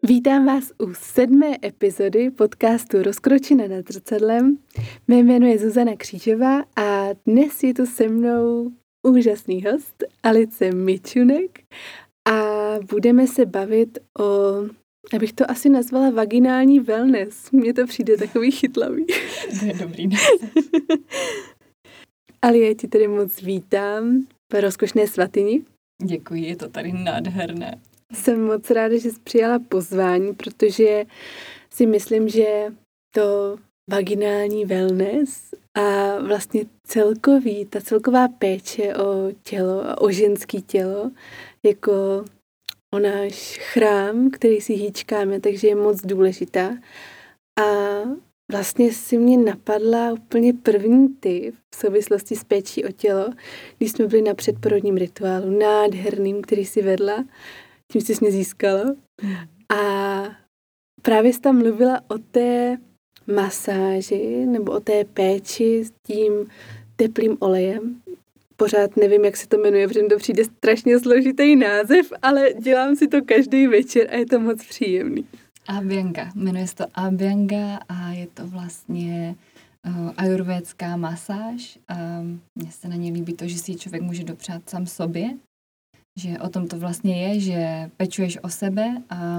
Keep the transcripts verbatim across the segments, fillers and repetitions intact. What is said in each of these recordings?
Vítám vás u sedmé epizody podcastu Rozkročena nad zrcadlem. Mé jméno je Zuzana Křížová a dnes je tu se mnou úžasný host Alice Mičunek a budeme se bavit o, abych to asi nazvala vaginální wellness. Mně to přijde takový chytlavý. To je dobrý název. Ali, já ti tady moc vítám v rozkošné svatyni. Děkuji, je to tady nádherné. Jsem moc ráda, že jsi přijala pozvání, protože si myslím, že to vaginální wellness a vlastně celkový, ta celková péče o tělo a o ženský tělo, jako o náš chrám, který si hýčkáme, takže je moc důležitá. A vlastně si mě napadla úplně první tip v souvislosti s péčí o tělo, když jsme byli na předporodním rituálu, nádherným, který si vedla, tím jsi mě získala. A právě jsi tam mluvila o té masáži nebo o té péči s tím teplým olejem. Pořád nevím, jak se to jmenuje, protože to přijde strašně složitý název, ale dělám si to každý večer a je to moc příjemný. Abhyanga, jmenuje se to Abhyanga a je to vlastně uh, ajurvédská masáž. Uh, mně se na ní líbí to, že si ji člověk může dopřát sám sobě, že o tom to vlastně je, že pečuješ o sebe a,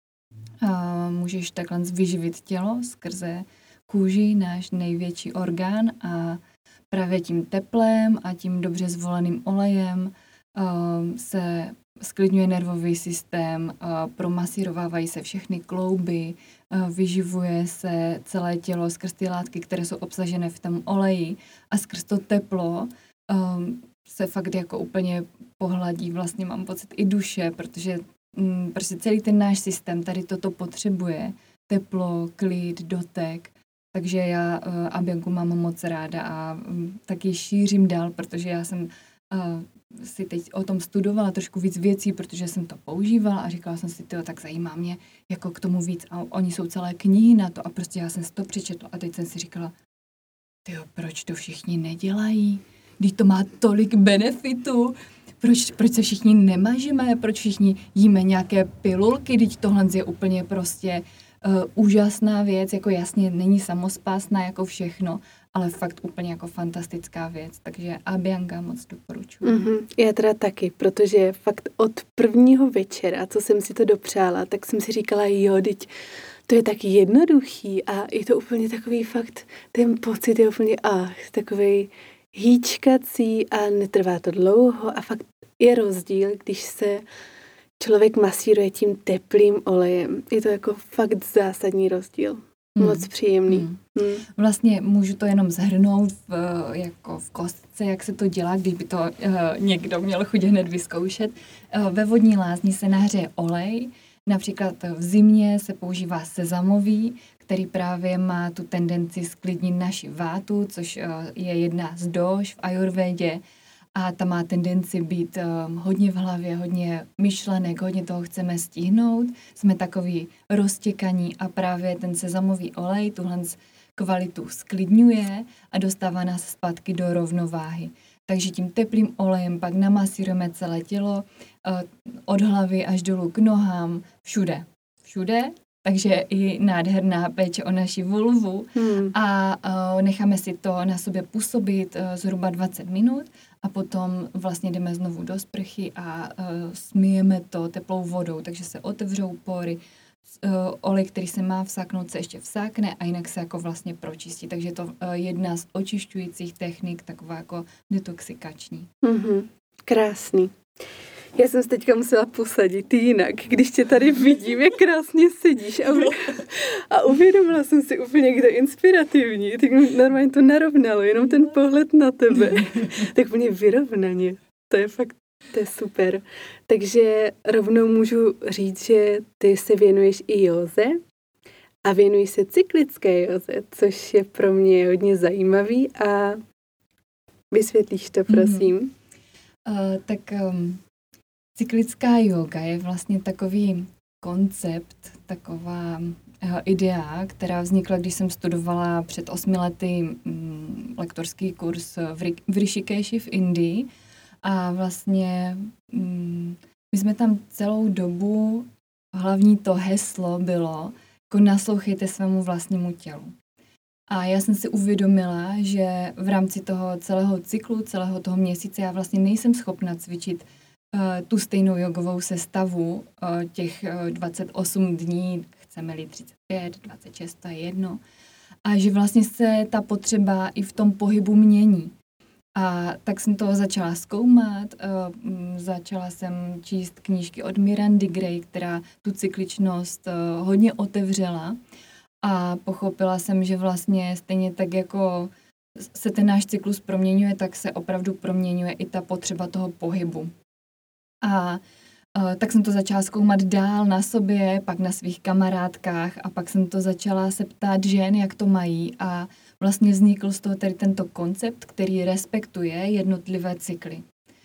a můžeš takhle vyživit tělo skrze kůži, náš největší orgán, a právě tím teplem a tím dobře zvoleným olejem a, se sklidňuje nervový systém, a promasírovávají se všechny klouby, a vyživuje se celé tělo skrz ty látky, které jsou obsažené v tom oleji, a skrz to teplo a, se fakt jako úplně pohladí, vlastně mám pocit i duše, protože mm, prostě celý ten náš systém tady toto potřebuje. Teplo, klid, dotek. Takže já uh, Abhyangu mám moc ráda a um, taky šířím dál, protože já jsem uh, si teď o tom studovala trošku víc věcí, protože jsem to používala a říkala jsem si, tyjo, tak zajímá mě jako k tomu víc. A oni jsou celé knihy na to a prostě já jsem si to přečetla a teď jsem si říkala, tyjo, proč to všichni nedělají? Když to má tolik benefitů, proč, proč se všichni nemažíme, proč všichni jíme nějaké pilulky, když tohle je úplně prostě uh, úžasná věc, jako jasně není samospásná jako všechno, ale fakt úplně jako fantastická věc, takže Abhyanga moc doporučuji. Mm-hmm. Já teda taky, protože fakt od prvního večera, co jsem si to dopřála, tak jsem si říkala, jo, teď to je tak jednoduchý a je to úplně takový fakt, ten pocit je úplně, ach, takovej hýčkací a netrvá to dlouho a fakt je rozdíl, když se člověk masíruje tím teplým olejem. Je to jako fakt zásadní rozdíl. Hmm. Moc příjemný. Hmm. Hmm. Vlastně můžu to jenom zhrnout v, jako v kostce, jak se to dělá, když by to uh, někdo měl chuť hned vyzkoušet. Uh, ve vodní lázni se nahřeje olej, například v zimě se používá sezamový, který právě má tu tendenci sklidnit naši vátu, což je jedna z dóš v ajurvédě, a ta má tendenci být um, hodně v hlavě, hodně myšlenek, hodně toho chceme stihnout, jsme takový roztěkaní a právě ten sezamový olej tuhle kvalitu sklidňuje a dostává nás zpátky do rovnováhy. Takže tím teplým olejem pak namasírujeme celé tělo, uh, od hlavy až dolů k nohám, všude. Všude. Takže i nádherná péče o naši vulvu hmm. a uh, necháme si to na sobě působit uh, zhruba dvacet minut a potom vlastně jdeme znovu do sprchy a uh, smyjeme to teplou vodou, takže se otevřou pory, uh, olej, který se má vsáknout, se ještě vsákne a jinak se jako vlastně pročistí. Takže je to uh, jedna z očišťujících technik, taková jako detoxikační. Mm-hmm. Krásný. Já jsem se teďka musela posadit, ty jinak, když tě tady vidím, jak krásně sedíš a, a uvědomila jsem si úplně, jak to je inspirativní. Tak normálně to narovnalo, jenom ten pohled na tebe. Tak úplně vyrovnaně. To je fakt, to je super. Takže rovnou můžu říct, že ty se věnuješ i józe a věnuješ se cyklické józe, což je pro mě hodně zajímavý a vysvětlíš to, prosím. Mm-hmm. Uh, tak... Um... Cyklická jóga je vlastně takový koncept, taková idea, která vznikla, když jsem studovala před osmi lety mm, lektorský kurz v Rishikeshi v Indii a vlastně mm, my jsme tam celou dobu hlavní to heslo bylo, jako naslouchejte svému vlastnímu tělu. A já jsem si uvědomila, že v rámci toho celého cyklu, celého toho měsíce já vlastně nejsem schopna cvičit uh, tu stejnou jogovou sestavu uh, těch uh, dvacet osm dní, chceme-li třicet pět, dvacet šest, to je jedno. A že vlastně se ta potřeba i v tom pohybu mění. A tak jsem to začala zkoumat, uh, začala jsem číst knížky od Mirandy Gray, která tu cykličnost uh, hodně otevřela. A pochopila jsem, že vlastně stejně tak jako se ten náš cyklus proměňuje, tak se opravdu proměňuje i ta potřeba toho pohybu. A uh, tak jsem to začala zkoumat dál na sobě, pak na svých kamarádkách a pak jsem to začala se ptát žen, jak to mají a vlastně vznikl z toho tady tento koncept, který respektuje jednotlivé cykly.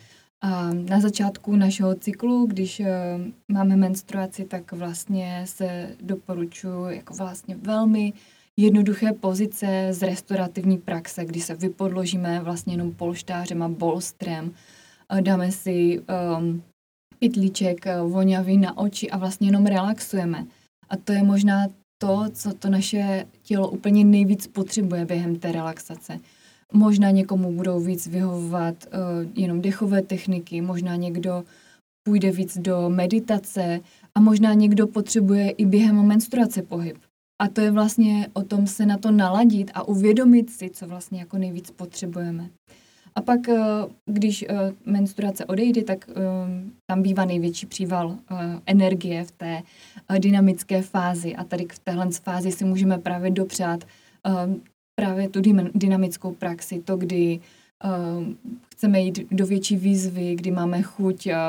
A na začátku našeho cyklu, když uh, máme menstruaci, tak vlastně se doporučuji jako vlastně velmi jednoduché pozice z restaurativní praxe, kdy se vypodložíme vlastně jenom polštářem a bolstrem, uh, dáme si um, pytlíček uh, voňavý na oči a vlastně jenom relaxujeme. A to je možná to, co to naše tělo úplně nejvíc potřebuje během té relaxace. Možná někomu budou víc vyhovovat uh, jenom dechové techniky, možná někdo půjde víc do meditace a možná někdo potřebuje i během menstruace pohyb. A to je vlastně o tom se na to naladit a uvědomit si, co vlastně jako nejvíc potřebujeme. A pak, uh, když uh, menstruace odejde, tak uh, tam bývá největší příval uh, energie v té uh, dynamické fázi. A tady v téhle fázi si můžeme právě dopřát uh, právě tu dynamickou praxi, to, kdy uh, chceme jít do větší výzvy, kdy máme chuť uh,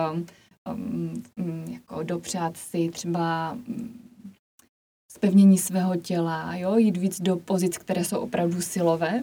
um, jako dopřát si třeba zpevnění svého těla, jo? Jít víc do pozic, které jsou opravdu silové.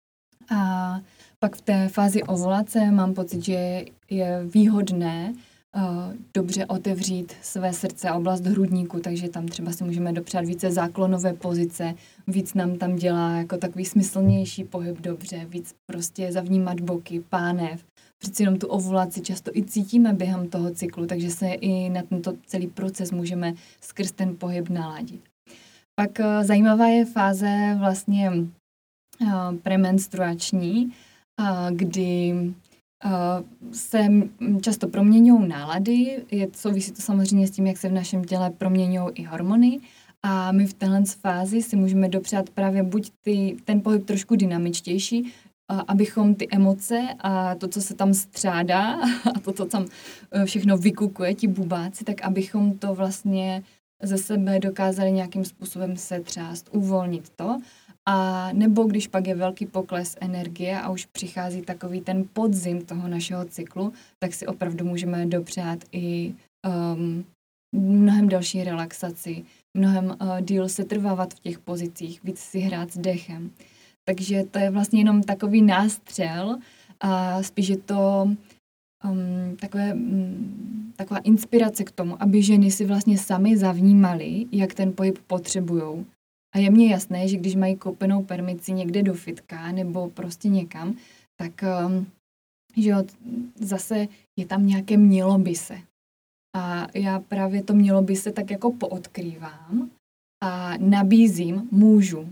A pak v té fázi ovulace mám pocit, že je výhodné uh, dobře otevřít své srdce a oblast hrudníku, takže tam třeba si můžeme dopřát více záklonové pozice, víc nám tam dělá jako takový smyslnější pohyb dobře, víc prostě zavnímat boky, pánev. Přeci jenom tu ovulaci často i cítíme během toho cyklu, takže se i na tento celý proces můžeme skrz ten pohyb naladit. Pak uh, zajímavá je fáze vlastně uh, premenstruační, uh, kdy Uh, se často proměňují nálady, je, souvisí to samozřejmě s tím, jak se v našem těle proměňují i hormony a my v téhle fázi si můžeme dopřát právě buď ty, ten pohyb trošku dynamičtější, uh, abychom ty emoce a to, co se tam střádá a to, co tam uh, všechno vykukuje, ti bubáci, tak abychom to vlastně ze sebe dokázali nějakým způsobem setřást, uvolnit to. A nebo když pak je velký pokles energie a už přichází takový ten podzim toho našeho cyklu, tak si opravdu můžeme dopřát i um, mnohem další relaxaci, mnohem uh, díl se trvávat v těch pozicích, víc si hrát s dechem. Takže to je vlastně jenom takový nástřel a spíš je to um, takové, um, taková inspirace k tomu, aby ženy si vlastně sami zavnímaly, jak ten pohyb potřebujou. A je mně jasné, že když mají koupenou permici někde do fitka nebo prostě někam, tak um, že jo, zase je tam nějaké mělo by se. A já právě to mělo by se tak jako poodkrývám a nabízím můžu.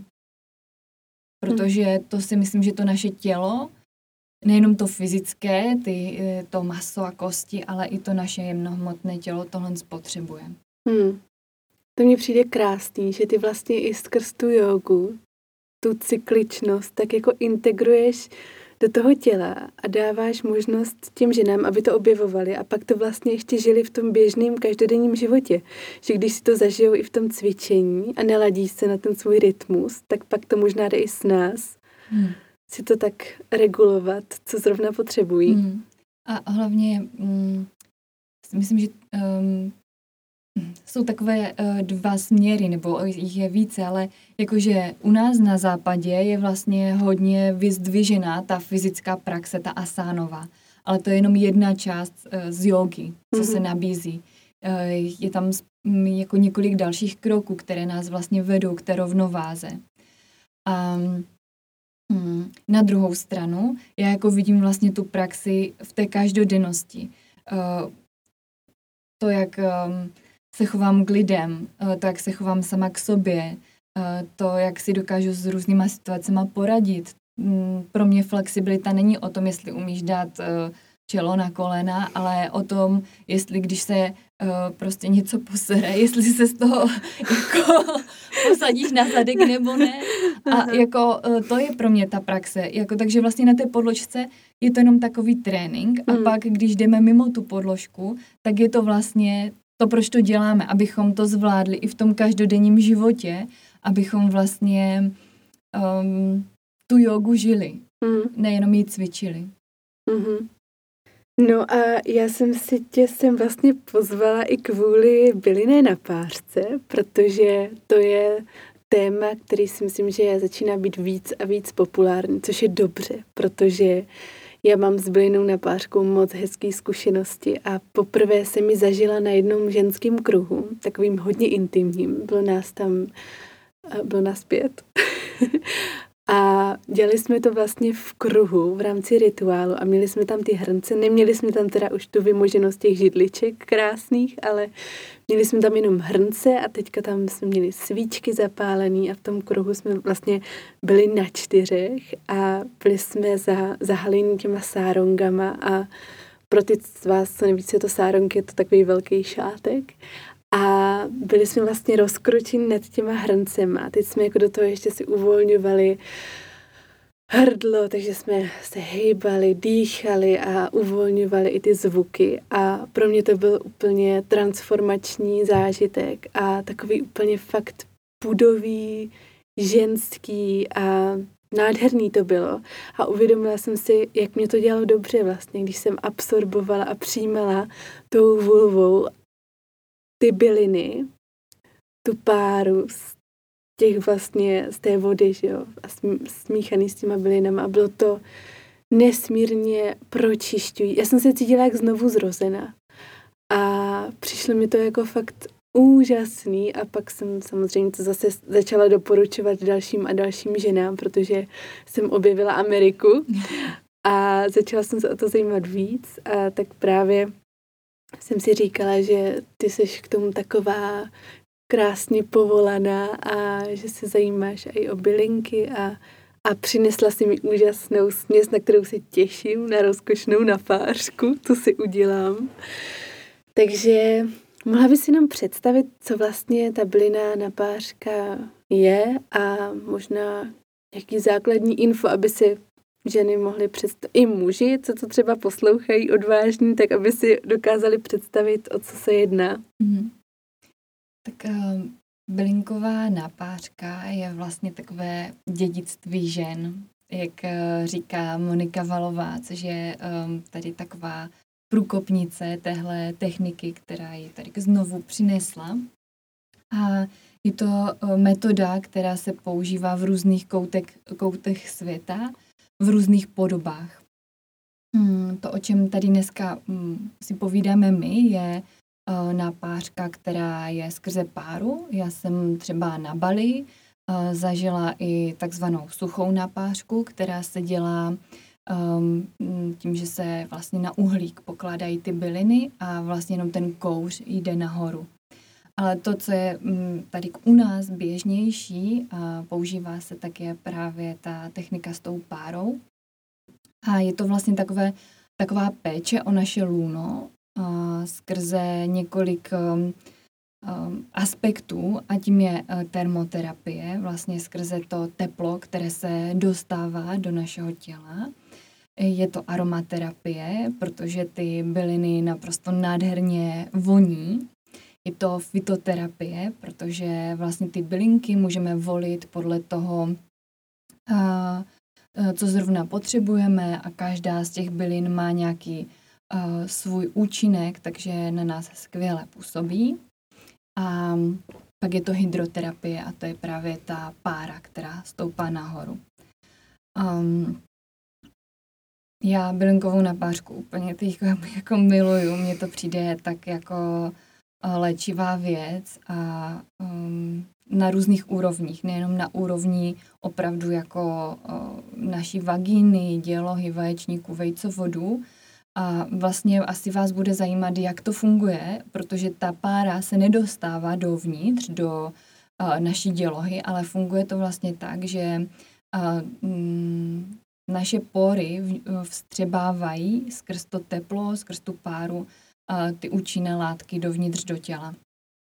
Protože to si myslím, že to naše tělo, nejenom to fyzické, ty, to maso a kosti, ale i to naše jemnohmotné tělo tohle spotřebuje. Hmm. To mně přijde krásný, že ty vlastně i skrz tu jogu, tu cykličnost, tak jako integruješ do toho těla a dáváš možnost těm ženám, aby to objevovali a pak to vlastně ještě žili v tom běžném každodenním životě. Že když si to zažijou i v tom cvičení a naladí se na ten svůj rytmus, tak pak to možná jde i s nás hmm. si to tak regulovat, co zrovna potřebují. Hmm. A hlavně mm, myslím, že um, jsou takové uh, dva směry, nebo jich je více, ale jakože u nás na západě je vlastně hodně vyzdvižená ta fyzická praxe, ta asánova. Ale to je jenom jedna část uh, z jógy, co mm-hmm. se nabízí. Uh, je tam um, jako několik dalších kroků, které nás vlastně vedou k té rovnováze. Um, um, na druhou stranu, já jako vidím vlastně tu praxi v té každodennosti. Uh, to, jak... Um, se chovám k lidem, to, jak se chovám sama k sobě, to, jak si dokážu s různýma situacemi poradit. Pro mě flexibilita není o tom, jestli umíš dát čelo na kolena, ale o tom, jestli když se uh, prostě něco posere, jestli se z toho jako posadíš na zadek nebo ne. A jako uh, to je pro mě ta praxe. Jako, takže vlastně na té podložce je to jenom takový trénink a mm. pak, když jdeme mimo tu podložku, tak je to vlastně to, proč to děláme, abychom to zvládli i v tom každodenním životě, abychom vlastně um, tu jogu žili, mm. nejenom ji cvičili. Mm-hmm. No a já jsem si tě sem vlastně pozvala i kvůli bylinné napářce, protože to je téma, který si myslím, že začíná být víc a víc populární, což je dobře, protože já mám s bylinnou napářkou moc hezký zkušenosti a poprvé jsem mi zažila na jednom ženském kruhu, takovým hodně intimním, bylo nás tam, bylo nás pět. A dělali jsme to vlastně v kruhu v rámci rituálu a měli jsme tam ty hrnce, neměli jsme tam teda už tu vymoženost těch židliček krásných, ale měli jsme tam jenom hrnce a teďka tam jsme měli svíčky zapálený a v tom kruhu jsme vlastně byli na čtyřech a byli jsme za, zahalení těma sárongama a pro ty z vás, co neví, co je to sáronky, je to takový velký šátek. A byli jsme vlastně rozkročeni nad těma hrncema. A teď jsme jako do toho ještě si uvolňovali hrdlo, takže jsme se hejbali, dýchali a uvolňovali i ty zvuky. A pro mě to byl úplně transformační zážitek a takový úplně fakt pudový, ženský a nádherný to bylo. A uvědomila jsem si, jak mě to dělalo dobře vlastně, když jsem absorbovala a přijímala tou vulvou ty byliny, tu páru z těch vlastně, z té vody, že jo, a smíchaný s těma bylinama. A bylo to nesmírně pročišťují. Já jsem se cítila jak znovu zrozena. A přišlo mi to jako fakt úžasný a pak jsem samozřejmě to zase začala doporučovat dalším a dalším ženám, protože jsem objevila Ameriku a začala jsem se o to zajímat víc a tak právě jsem si říkala, že ty seš k tomu taková krásně povolaná a že se zajímáš i o bylinky a, a přinesla si mi úžasnou směs, na kterou se těším, na rozkošnou napářku, to si udělám. Takže mohla by si nám představit, co vlastně ta bylinná napářka je a možná jaký základní info, aby si ženy mohly představit, i muži, co to třeba poslouchají odvážní, tak aby si dokázali představit, o co se jedná. Mm-hmm. Tak uh, bylinková napářka je vlastně takové dědictví žen, jak uh, říká Monika Valová, což je um, tady taková průkopnice téhle techniky, která ji tady znovu přinesla. A je to uh, metoda, která se používá v různých koutech, koutech světa, v různých podobách. Hmm, to, o čem tady dneska hmm, si povídáme my, je uh, napářka, která je skrze páru. Já jsem třeba na Bali uh, zažila i takzvanou suchou napářku, která se dělá um, tím, že se vlastně na uhlík pokládají ty byliny a vlastně jenom ten kouř jde nahoru. Ale to, co je tady u nás běžnější a používá se, tak je právě ta technika s tou párou. A je to vlastně takové, taková péče o naše lůno a skrze několik um, um, aspektů a tím je uh, termoterapie, vlastně skrze to teplo, které se dostává do našeho těla. Je to aromaterapie, protože ty byliny naprosto nádherně voní. Je to fytoterapie, protože vlastně ty bylinky můžeme volit podle toho, co zrovna potřebujeme a každá z těch bylin má nějaký svůj účinek, takže na nás skvěle působí. A pak je to hydroterapie a to je právě ta pára, která stoupá nahoru. Um, já bylinkovou napářku úplně teď jako, jako miluju, mně to přijde tak jako léčivá věc a um, na různých úrovních, nejenom na úrovni opravdu jako uh, naší vagíny, dělohy, vaječníků, vejcovodů, A vlastně asi vás bude zajímat, jak to funguje, protože ta pára se nedostává dovnitř, do uh, naší dělohy, ale funguje to vlastně tak, že uh, mm, naše pory vstřebávají skrz to teplo, skrz tu páru uh, ty účinné látky dovnitř do těla.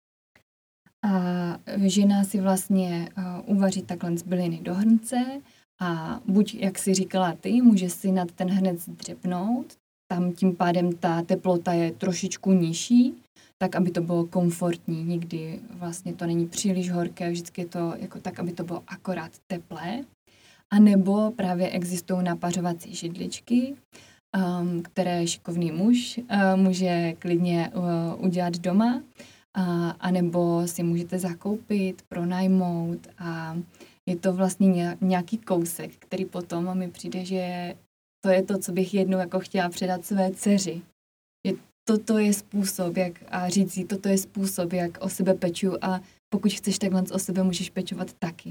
A žena si vlastně uh, uvaří takhle z byliny do hrnce a buď, jak si říkala ty, může si nad ten hrnec dřepnout, tam tím pádem ta teplota je trošičku nižší, tak, aby to bylo komfortní. Nikdy vlastně to není příliš horké, vždycky je to jako tak, aby to bylo akorát teplé. A nebo právě existují napařovací židličky, um, které šikovný muž uh, může klidně uh, udělat doma, uh, anebo si můžete zakoupit, pronajmout a je to vlastně nějaký kousek, který potom mi přijde, že to je to, co bych jednou jako chtěla předat své dceři. Že toto je způsob, jak a říct jí, toto je způsob, jak o sebe peču a pokud chceš takhle o sebe, můžeš pečovat taky.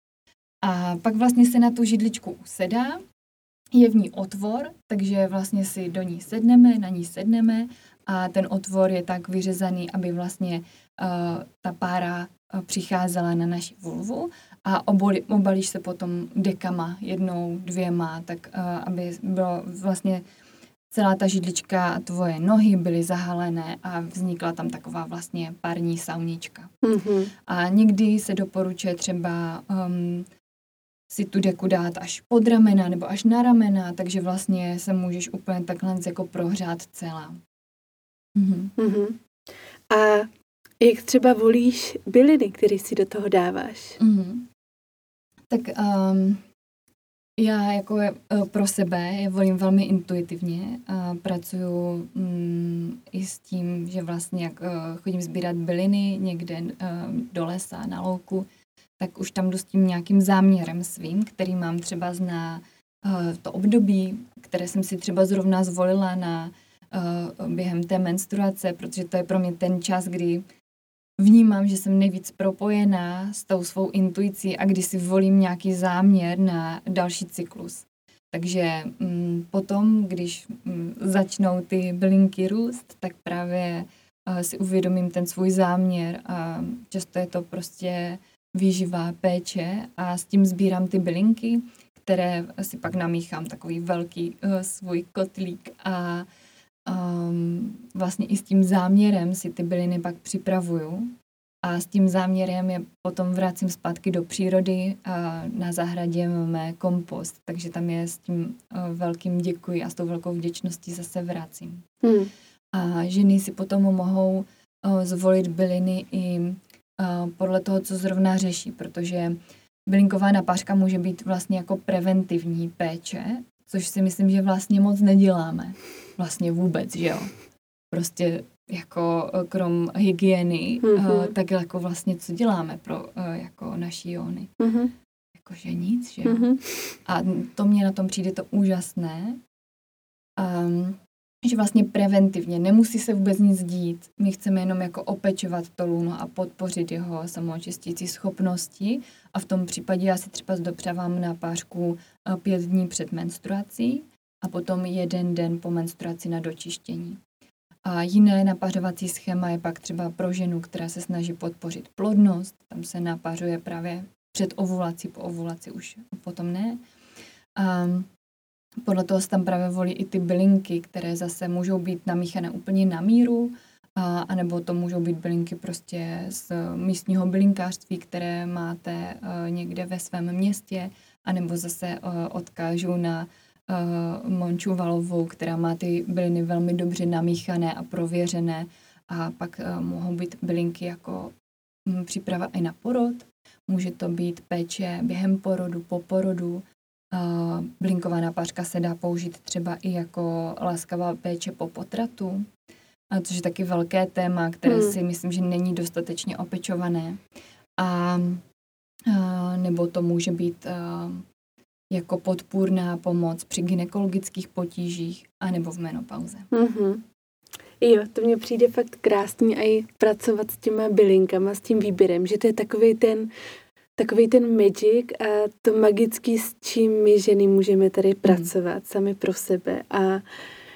A pak vlastně se na tu židličku usedá, je v ní otvor, takže vlastně si do ní sedneme, na ní sedneme a ten otvor je tak vyřezaný, aby vlastně uh, ta pára uh, přicházela na naši vulvu a oboli, obalíš se potom dekama, jednou, dvěma, tak uh, aby bylo vlastně celá ta židlička a tvoje nohy byly zahalené a vznikla tam taková vlastně pární saunička. Mm-hmm. A někdy se doporučuje třeba um, si tu deku dát až pod ramena nebo až na ramena, takže vlastně se můžeš úplně takhle jako prohřát celá. Mm-hmm. Mm-hmm. A jak třeba volíš byliny, které si do toho dáváš? Mm-hmm. Tak um, já jako uh, pro sebe je volím velmi intuitivně. Uh, pracuju um, i s tím, že vlastně jak uh, chodím sbírat byliny někde uh, do lesa, na louku, tak už tam jdu s tím nějakým záměrem svým, který mám třeba na uh, to období, které jsem si třeba zrovna zvolila na uh, během té menstruace, protože to je pro mě ten čas, kdy vnímám, že jsem nejvíc propojená s tou svou intuicí a kdy si volím nějaký záměr na další cyklus. Takže um, potom, když um, začnou ty bylinky růst, tak právě uh, si uvědomím ten svůj záměr a často je to prostě výživa, péče a s tím sbírám ty bylinky, které si pak namíchám takový velký uh, svůj kotlík a um, vlastně i s tím záměrem si ty byliny pak připravuju a s tím záměrem je potom vracím zpátky do přírody a na zahradě máme kompost, takže tam je s tím uh, velkým děkuji a s tou velkou vděčností zase vracím. Hmm. A ženy si potom mohou uh, zvolit byliny i Uh, podle toho, co zrovna řeší, protože bylinková napářka může být vlastně jako preventivní péče, což si myslím, že vlastně moc neděláme. Vlastně vůbec, že jo. Prostě jako krom hygieny, mm-hmm. uh, tak jako vlastně co děláme pro uh, jako naší jóny. Mm-hmm. Jakože nic, že jo. Mm-hmm. A to mě na tom přijde to úžasné. Um, že vlastně preventivně nemusí se vůbec nic dít. My chceme jenom jako opečovat to lůno a podpořit jeho samoočistící schopnosti a v tom případě já si třeba dopřávám na pářku pět dní před menstruací a potom jeden den po menstruaci na dočištění. A jiné napařovací schéma je pak třeba pro ženu, která se snaží podpořit plodnost. Tam se napařuje právě před ovulací, po ovulaci už potom ne. A podle toho se tam právě volí i ty bylinky, které zase můžou být namíchané úplně na míru, a, anebo to můžou být bylinky prostě z místního bylinkářství, které máte uh, někde ve svém městě, anebo zase uh, odkážu na uh, Monču Valovou, která má ty byliny velmi dobře namíchané a prověřené a pak uh, mohou být bylinky jako um, příprava i na porod, může to být péče během porodu, po porodu. Uh, bylinková napářka se dá použít třeba i jako laskavá péče po potratu, a což je taky velké téma, které hmm. si myslím, že není dostatečně opečované. A uh, nebo to může být uh, jako podpůrná pomoc při gynekologických potížích a nebo v menopauze. Mm-hmm. Jo, to mně přijde fakt krásný i pracovat s těma bylinkama, s tím výběrem, že to je takovej ten Takový ten magic a to magický, s čím my ženy můžeme tady pracovat hmm. sami pro sebe. A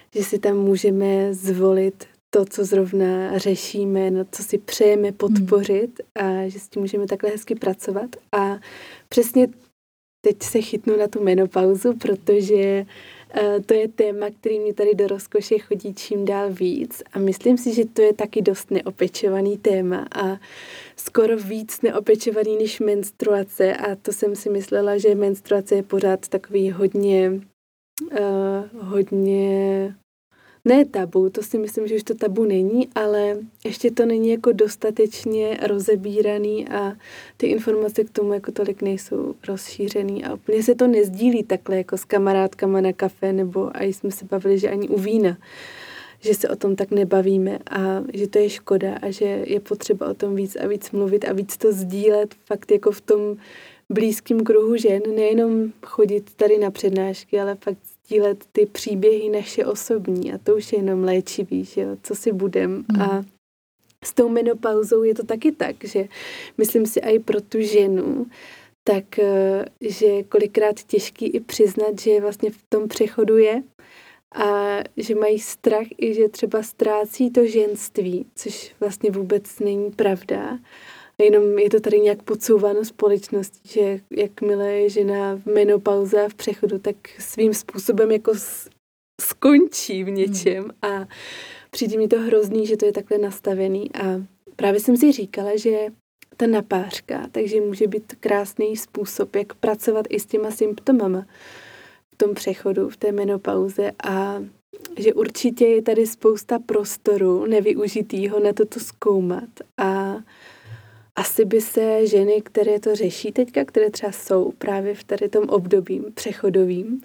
že si tam můžeme zvolit to, co zrovna řešíme, no, co si přejeme podpořit a že s tím můžeme takhle hezky pracovat. A přesně teď se chytnu na tu menopauzu, protože uh, to je téma, který mi tady do rozkoše chodí čím dál víc a myslím si, že to je taky dost neopečovaný téma a skoro víc neopečovaný než menstruace a to jsem si myslela, že menstruace je pořád takový hodně uh, hodně ne tabu, to si myslím, že už to tabu není, ale ještě to není jako dostatečně rozebíraný a ty informace k tomu jako tolik nejsou rozšířený a úplně se to nezdílí takhle jako s kamarádkama na kafe nebo a jsme se bavili, že ani u vína, že se o tom tak nebavíme a že to je škoda a že je potřeba o tom víc a víc mluvit a víc to sdílet fakt jako v tom blízkým kruhu žen, nejenom chodit tady na přednášky, ale fakt sdílet ty příběhy naše osobní a to už je jenom léčivý, že jo, co si budem. Mm. A s tou menopauzou je to taky tak, že myslím si i pro tu ženu, tak, že kolikrát těžký i přiznat, že vlastně v tom přechodu je a že mají strach i, že třeba ztrácí to ženství, což vlastně vůbec není pravda. Jenom je to tady nějak podsouváno společností, že jakmile je žena v menopauze a v přechodu, tak svým způsobem jako skončí v něčem hmm. a přijde mi to hrozný, že to je takhle nastavený a právě jsem si říkala, že ta napářka, takže může být krásný způsob, jak pracovat i s těma symptomama v tom přechodu, v té menopauze a že určitě je tady spousta prostoru nevyužitýho na toto zkoumat a asi by se ženy, které to řeší teďka, které třeba jsou právě v tady tom období přechodovým,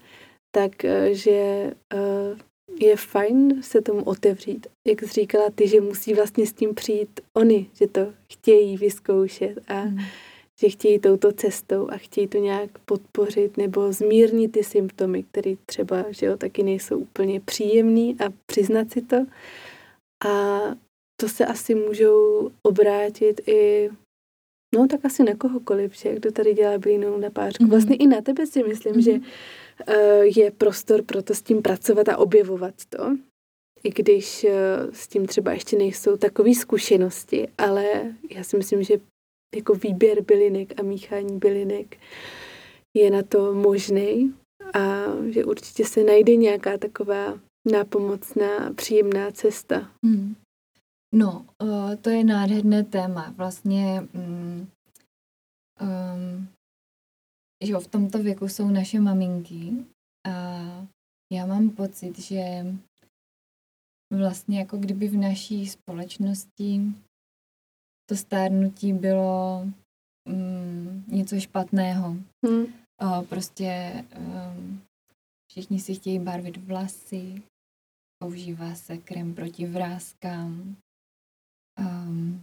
takže je fajn se tomu otevřít. Jak jsi říkala ty, že musí vlastně s tím přijít oni, že to chtějí vyzkoušet a hmm. že chtějí touto cestou a chtějí to nějak podpořit nebo zmírnit ty symptomy, které třeba, že jo, taky nejsou úplně příjemný a přiznat si to. A to se asi můžou obrátit i no tak asi na kohokoliv, že kdo tady dělá blínou na pářku. Vlastně mm-hmm. i na tebe si myslím, mm-hmm. že uh, je prostor pro to s tím pracovat a objevovat to. I když uh, s tím třeba ještě nejsou takové zkušenosti, ale já si myslím, že jako výběr bylinek a míchání bylinek je na to možný a že určitě se najde nějaká taková nápomocná, příjemná cesta. Mm. No, uh, to je nádherné téma. Vlastně, um, um, že v tomto věku jsou naše maminky a já mám pocit, že vlastně jako kdyby v naší společnosti to stárnutí bylo um, něco špatného. Hmm. Uh, prostě um, všichni si chtějí barvit vlasy, používá se krém proti vráskám. Um,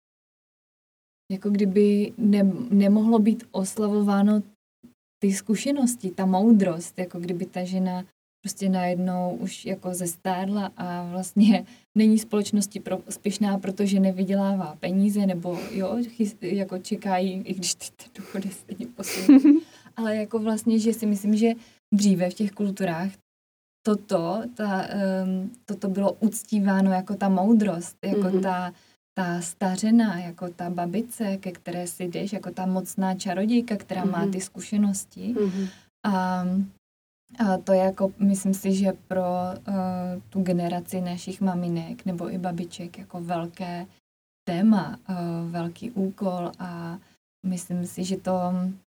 jako kdyby ne, nemohlo být oslavováno ty zkušenosti, ta moudrost, jako kdyby ta žena prostě najednou už jako zestárla a vlastně není společnosti prospěšná, protože nevydělává peníze, nebo jo, jako čekají, i když ty důchody stejně poslední. Ale jako vlastně, že si myslím, že dříve v těch kulturách toto, ta, um, toto bylo uctíváno jako ta moudrost, jako mm-hmm. ta, ta stařena, jako ta babice, ke které si jdeš, jako ta mocná čarodějka, která mm-hmm. má ty zkušenosti. Mm-hmm. A, a to je jako, myslím si, že pro uh, tu generaci našich maminek nebo i babiček jako velké téma, uh, velký úkol a myslím si, že to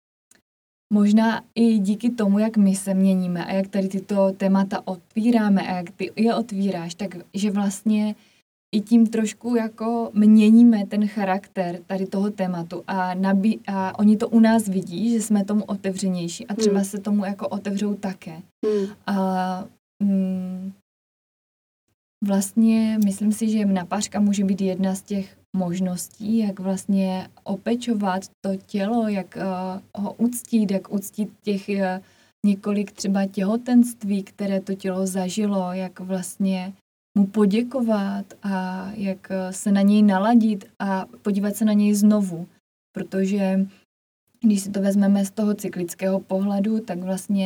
možná i díky tomu, jak my se měníme a jak tady tyto témata otvíráme a jak ty je otvíráš, takže vlastně i tím trošku jako měníme ten charakter tady toho tématu a, nabí- a oni to u nás vidí, že jsme tomu otevřenější a třeba hmm. se tomu jako otevřou také. Hmm. A mm, vlastně myslím si, že napářka může být jedna z těch možností, jak vlastně opečovat to tělo, jak uh, ho uctít, jak uctít těch uh, několik třeba těhotenství, které to tělo zažilo, jak vlastně mu poděkovat a jak se na něj naladit a podívat se na něj znovu. Protože když si to vezmeme z toho cyklického pohledu, tak vlastně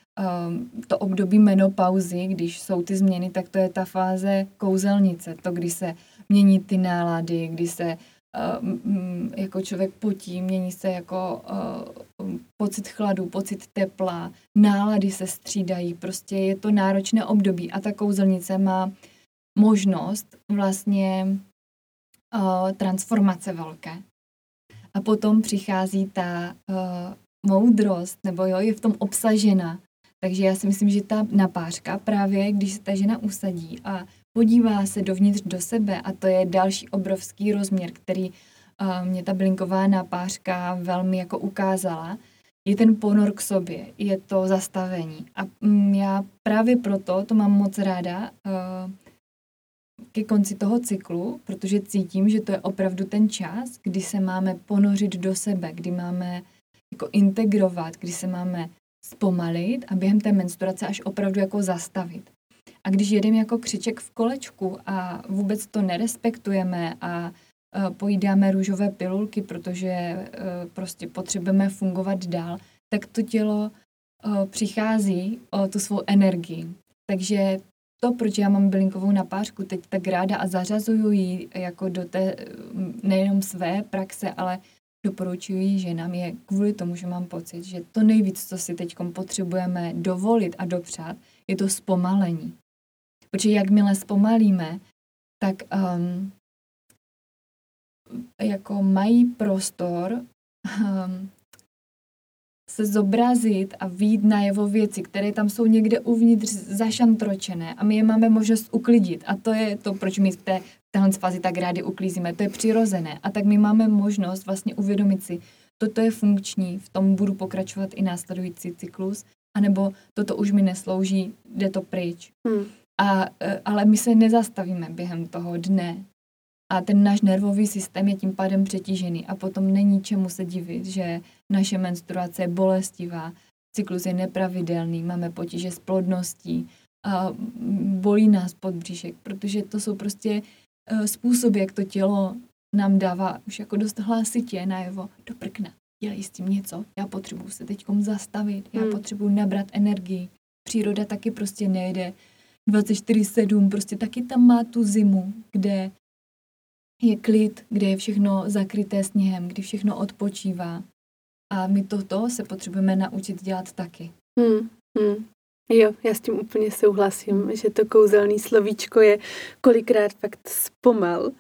um, to období menopauzy, když jsou ty změny, tak to je ta fáze kouzelnice, to, kdy se mění ty nálady, kdy se uh, jako člověk potí, mění se jako uh, pocit chladu, pocit tepla, nálady se střídají, prostě je to náročné období a ta kouzelnice má možnost vlastně uh, transformace velké. A potom přichází ta uh, moudrost, nebo jo, je v tom obsažena. Takže já si myslím, že ta napářka právě, když se ta žena usadí a podívá se dovnitř do sebe, a to je další obrovský rozměr, který uh, mě ta bylinková napářka velmi jako ukázala, je ten ponor k sobě, je to zastavení. A um, já právě proto to mám moc ráda uh, ke konci toho cyklu, protože cítím, že to je opravdu ten čas, kdy se máme ponořit do sebe, kdy máme jako integrovat, kdy se máme zpomalit a během té menstruace až opravdu jako zastavit. A když jedeme jako křiček v kolečku a vůbec to nerespektujeme a uh, pojídáme růžové pilulky, protože uh, prostě potřebujeme fungovat dál, tak to tělo uh, přichází o tu svou energii. Takže to, proč já mám bylinkovou napářku teď tak ráda a zařazuju ji jako do té nejenom své praxe, ale doporučuji ji ženám, je kvůli tomu, že mám pocit, že to nejvíc, co si teď potřebujeme dovolit a dopřát, je to zpomalení. Protože jakmile zpomalíme, tak um, jako mají prostor um, se zobrazit a vyjít najevo věci, které tam jsou někde uvnitř zašantročené a my je máme možnost uklidit. A to je to, proč my v té téhle fázi tak rádi uklízíme. To je přirozené. A tak my máme možnost vlastně uvědomit si, toto je funkční, v tom budu pokračovat i následující cyklus, anebo toto už mi neslouží, jde to pryč. Hmm. A, ale my se nezastavíme během toho dne. A ten náš nervový systém je tím pádem přetížený a potom není čemu se divit, že naše menstruace je bolestivá, cyklus je nepravidelný, máme potíže s plodností, a bolí nás podbříšek, protože to jsou prostě způsoby, jak to tělo nám dává už jako dost hlasitě najevo, do prkna, dělej s tím něco, já potřebuji se teďkom zastavit, já hmm. potřebuji nabrat energii. Příroda taky prostě nejde dvacet čtyři sedm, prostě taky tam má tu zimu, kde je klid, kde je všechno zakryté sněhem, kdy všechno odpočívá. A my toto se potřebujeme naučit dělat taky. Hmm, hmm. Jo, já s tím úplně souhlasím, že to kouzelný slovíčko je kolikrát fakt zpomal.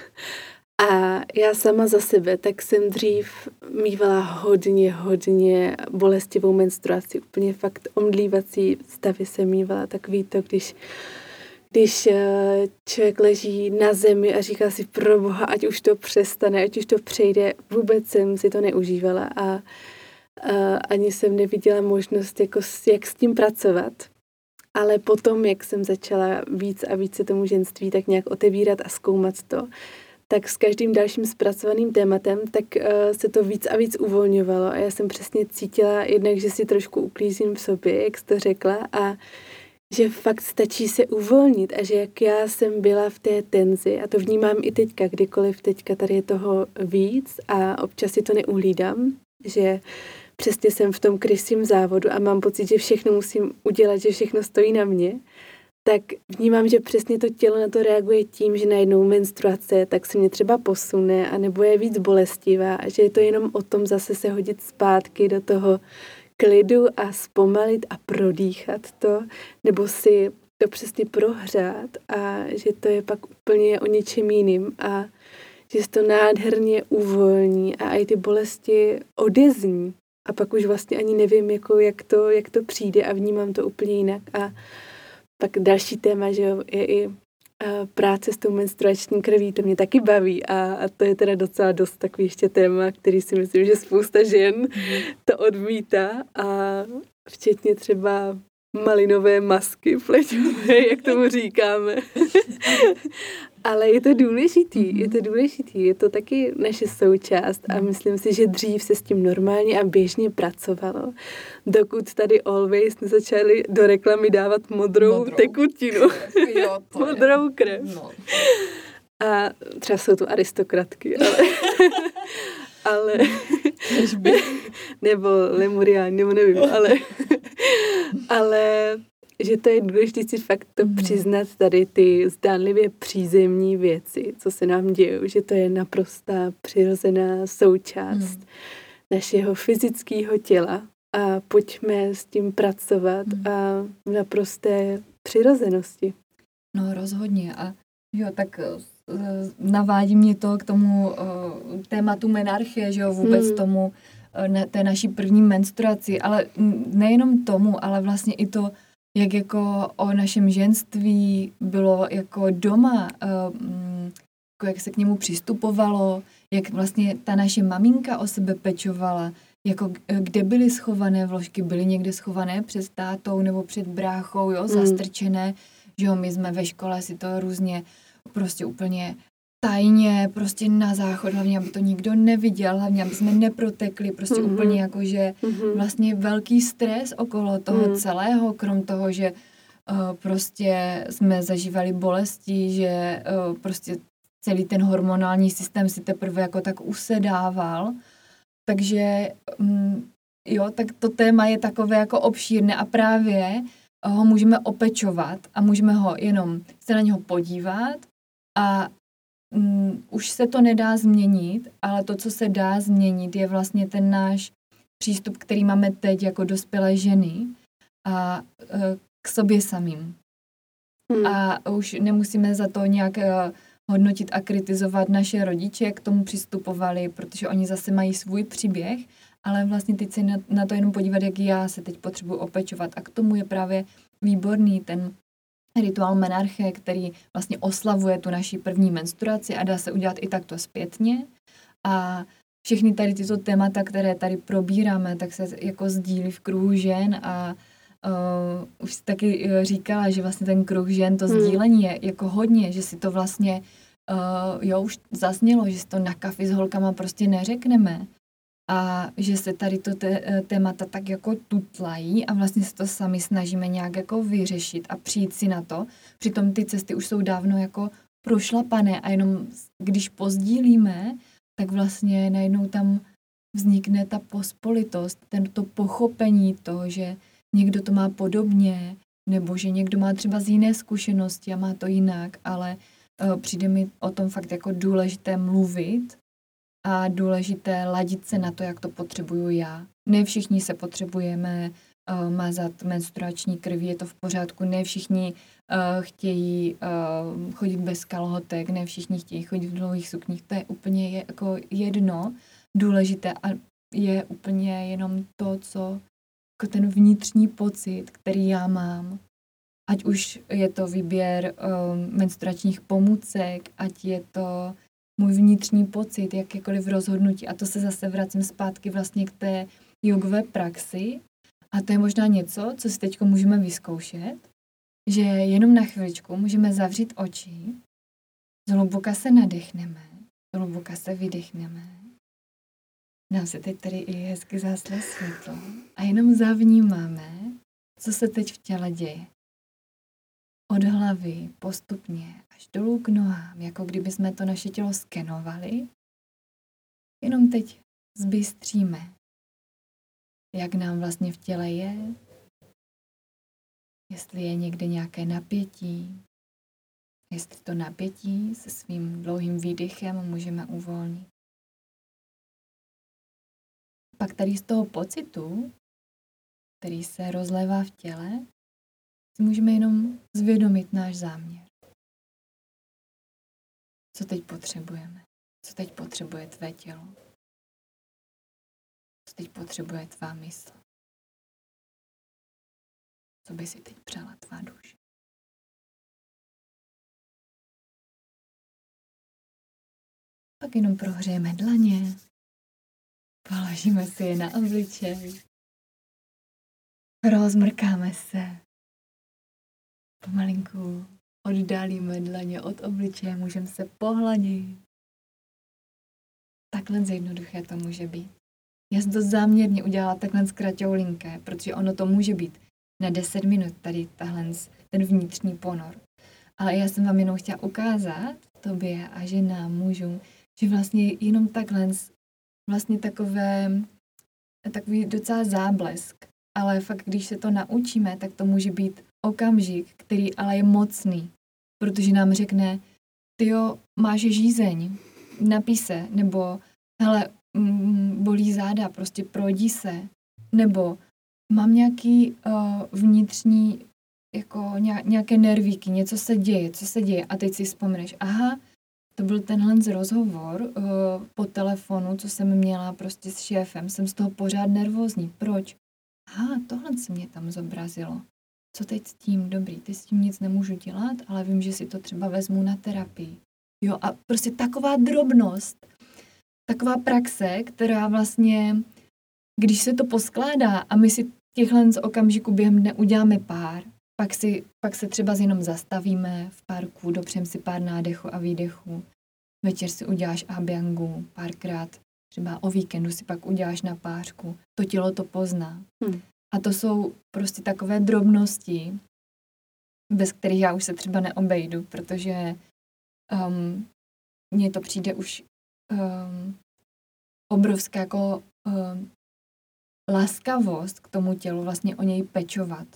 A já sama za sebe, tak jsem dřív mívala hodně, hodně bolestivou menstruaci. Úplně fakt omdlívací stavy jsem mívala. Takový to, když Když člověk leží na zemi a říká si pro boha, ať už to přestane, ať už to přejde, vůbec jsem si to neužívala a, a ani jsem neviděla možnost, jako, jak s tím pracovat. Ale potom, jak jsem začala víc a víc se tomu ženství tak nějak otevírat a zkoumat to, tak s každým dalším zpracovaným tématem, tak uh, se to víc a víc uvolňovalo a já jsem přesně cítila jednak, že si trošku uklízím v sobě, jak jsi to řekla, a že fakt stačí se uvolnit a že jak já jsem byla v té tenzi a to vnímám i teďka, kdykoliv teďka tady je toho víc a občas si to neuhlídám, že přesně jsem v tom krysím závodu a mám pocit, že všechno musím udělat, že všechno stojí na mě, tak vnímám, že přesně to tělo na to reaguje tím, že najednou menstruace tak se mě třeba posune a nebo je víc bolestivá a že je to jenom o tom zase se hodit zpátky do toho klidu a zpomalit a prodýchat to, nebo si to přesně prohřát a že to je pak úplně o něčem jiným a že se to nádherně uvolní a i ty bolesti odezní a pak už vlastně ani nevím, jako jak, to, jak to přijde a vnímám to úplně jinak a pak další téma, že je i práce s tou menstruační krví, to mě taky baví a, a to je teda docela dost takový ještě téma, který si myslím, že spousta žen to odmítá a včetně třeba malinové masky pleťové, jak tomu říkáme. Ale je to důležitý, je to důležitý, je to taky naše součást a myslím si, že dřív se s tím normálně a běžně pracovalo, dokud tady Always nezačali do reklamy dávat modrou, modrou. tekutinu, jo, modrou krev. No. A třeba jsou tu aristokratky, ale... ale nebo lemuriáni, nebo nevím, ale, ale že to je důležité si fakt to Mhm. přiznat tady ty zdánlivě přízemní věci, co se nám dějí, že to je naprostá přirozená součást Mm. našeho fyzického těla a pojďme s tím pracovat Mm. a v naprosté přirozenosti. No rozhodně a jo, tak eh, navádí mě to k tomu eh, tématu menarchie, že jo, vůbec Hmm. tomu, eh, ne, té naší první menstruaci, ale mm, nejenom tomu, ale vlastně i to, jak jako o našem ženství bylo jako doma, eh, mm, jako jak se k němu přistupovalo, jak vlastně ta naše maminka o sebe pečovala, jako eh, kde byly schované vložky, byly někde schované před tátou nebo před bráchou, jo, Hmm. zastrčené, že jo, my jsme ve škole si to různě prostě úplně tajně, prostě na záchod, hlavně, aby to nikdo neviděl, hlavně, aby jsme neprotekli, prostě Mhm. úplně jako, že Mhm. vlastně velký stres okolo toho Mm. celého, krom toho, že uh, prostě jsme zažívali bolesti, že uh, prostě celý ten hormonální systém si teprve jako tak usedával, takže um, jo, tak to téma je takové jako obšírné a právě ho můžeme opečovat a můžeme ho jenom se na něho podívat a mm, už se to nedá změnit, ale to, co se dá změnit, je vlastně ten náš přístup, který máme teď jako dospělé ženy a e, k sobě samým. Hmm. A už nemusíme za to nějak e, hodnotit a kritizovat naše rodiče, jak k tomu přistupovali, protože oni zase mají svůj příběh, ale vlastně teď se na, na to jenom podívat, jak já se teď potřebuji opečovat. A k tomu je právě výborný ten rituál menarche, který vlastně oslavuje tu naši první menstruaci a dá se udělat i takto zpětně. A všechny tady tyto témata, které tady probíráme, tak se jako sdílí v kruhu žen a uh, už jsi taky uh, říkala, že vlastně ten kruh žen, to Hmm. sdílení je jako hodně, že si to vlastně, uh, jo, už zaznělo, že si to na kafi s holkama prostě neřekneme. A že se tady to té, témata tak jako tutlají a vlastně se to sami snažíme nějak jako vyřešit a přijít si na to. Přitom ty cesty už jsou dávno jako prošlapané a jenom když pozdílíme, tak vlastně najednou tam vznikne ta pospolitost, tento pochopení toho, že někdo to má podobně, nebo že někdo má třeba z jiné zkušenosti a má to jinak, ale uh, přijde mi o tom fakt jako důležité mluvit a důležité ladit se na to, jak to potřebuju já. Ne všichni se potřebujeme uh, mazat menstruační krví, je to v pořádku, ne všichni uh, chtějí uh, chodit bez kalhotek, ne všichni chtějí chodit v dlouhých sukních, to je úplně je, jako jedno důležité a je úplně jenom to, co jako ten vnitřní pocit, který já mám. Ať už je to výběr um, menstruačních pomůcek, ať je to můj vnitřní pocit, jakékoliv rozhodnutí. A to se zase vracím zpátky vlastně k té jogové praxi. A to je možná něco, co si teď můžeme vyzkoušet, že jenom na chviličku můžeme zavřít oči, zhluboka se nadechneme, zhluboka se vydechneme. Nám se teď tady i hezky zásle světlo a jenom zavnímáme, co se teď v těle děje. Od hlavy postupně až dolů k nohám, jako kdyby jsme to naše tělo skenovali. Jenom teď zbystříme, jak nám vlastně v těle je, jestli je někde nějaké napětí, jestli to napětí se svým dlouhým výdechem můžeme uvolnit. Pak tady z toho pocitu, který se rozlévá v těle, si můžeme jenom zvědomit náš záměr. Co teď potřebujeme? Co teď potřebuje tvé tělo? Co teď potřebuje tvá mysl? Co by si teď přála tvá duše? Pak jenom prohřejeme dlaně, položíme si je na obličej, rozmrkáme se, pomalinku oddálíme dlaně od obličeje, můžeme se pohladit. Takhle jednoduché to může být. Já jsem to záměrně udělala takhle zkraťoulinké, protože ono to může být na deset minut tady tahle, ten vnitřní ponor. Ale já jsem vám jenom chtěla ukázat, tobě a ženám, mužům, že vlastně jenom takhle, vlastně takové, takový docela záblesk ale fakt, když se to naučíme, tak to může být okamžik, který ale je mocný, protože nám řekne, tyjo, máš žízeň, napij se, nebo hele, mm, bolí záda, prostě projdi se, nebo mám nějaký uh, vnitřní, jako nějaké nervíky, něco se děje, co se děje a teď si vzpomeneš, aha, to byl tenhle rozhovor uh, po telefonu, co jsem měla prostě s šéfem, jsem z toho pořád nervózní, proč? Aha, tohle se mě tam zobrazilo. Co teď s tím? Dobrý, teď s tím nic nemůžu dělat, ale vím, že si to třeba vezmu na terapii. Jo, a prostě taková drobnost, taková praxe, která vlastně, když se to poskládá a my si těchhle z okamžiku během dne uděláme pár, pak, si, pak se třeba jenom zastavíme v parku, dopřem si pár nádechů a výdechů. Večer si uděláš abyangu párkrát, třeba o víkendu si pak uděláš na pářku. To tělo to pozná. Hmm. A to jsou prostě takové drobnosti, bez kterých já už se třeba neobejdu, protože um, mně to přijde už um, obrovská jako um, laskavost k tomu tělu, vlastně o něj pečovat.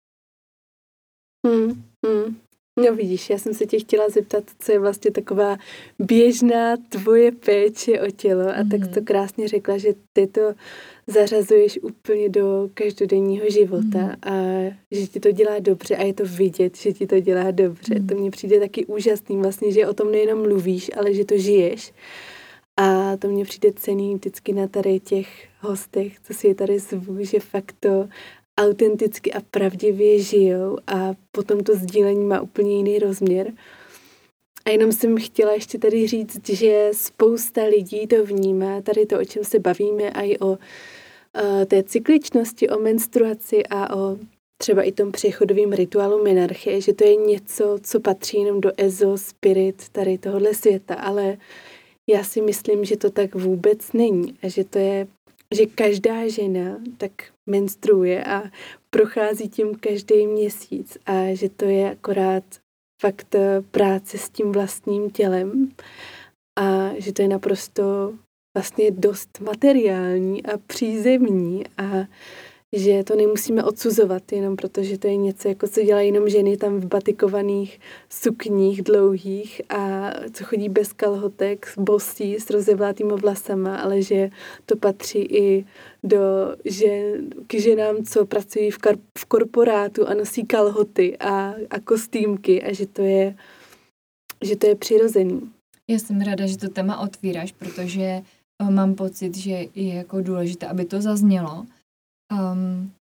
Hmm, hmm. No vidíš, já jsem se tě chtěla zeptat, co je vlastně taková běžná tvoje péče o tělo a mm-hmm. tak to krásně řekla, že ty to zařazuješ úplně do každodenního života mm-hmm. a že ti to dělá dobře a je to vidět, že ti to dělá dobře. Mm-hmm. To mně přijde taky úžasný vlastně, že o tom nejenom mluvíš, ale že to žiješ. A to mně přijde cenný vždycky na tady těch hostech, co si je tady zvu, že fakt to autenticky a pravdivě žijou a potom to sdílení má úplně jiný rozměr. A jenom jsem chtěla ještě tady říct, že spousta lidí to vnímá, tady to, o čem se bavíme, a i o uh, té cykličnosti, o menstruaci a o třeba i tom přechodovém rituálu menarchie, že to je něco, co patří jenom do ezo, spirit tady tohohle světa, ale já si myslím, že to tak vůbec není a že to je, že každá žena tak menstruuje a prochází tím každý měsíc a že to je akorát fakt práce s tím vlastním tělem a že to je naprosto vlastně dost materiální a přízemní a že to nemusíme odsuzovat jenom protože to je něco, jako co dělají jenom ženy tam v batikovaných sukních dlouhých a co chodí bez kalhotek, bosí, s rozevlátýma vlasama, ale že to patří i do žen, k ženám, co pracují v, kar, v korporátu a nosí kalhoty a, a kostýmky a že to je, že to je přirozený. Já jsem ráda, že to téma otvíráš, protože mám pocit, že je jako důležité, aby to zaznělo. Um,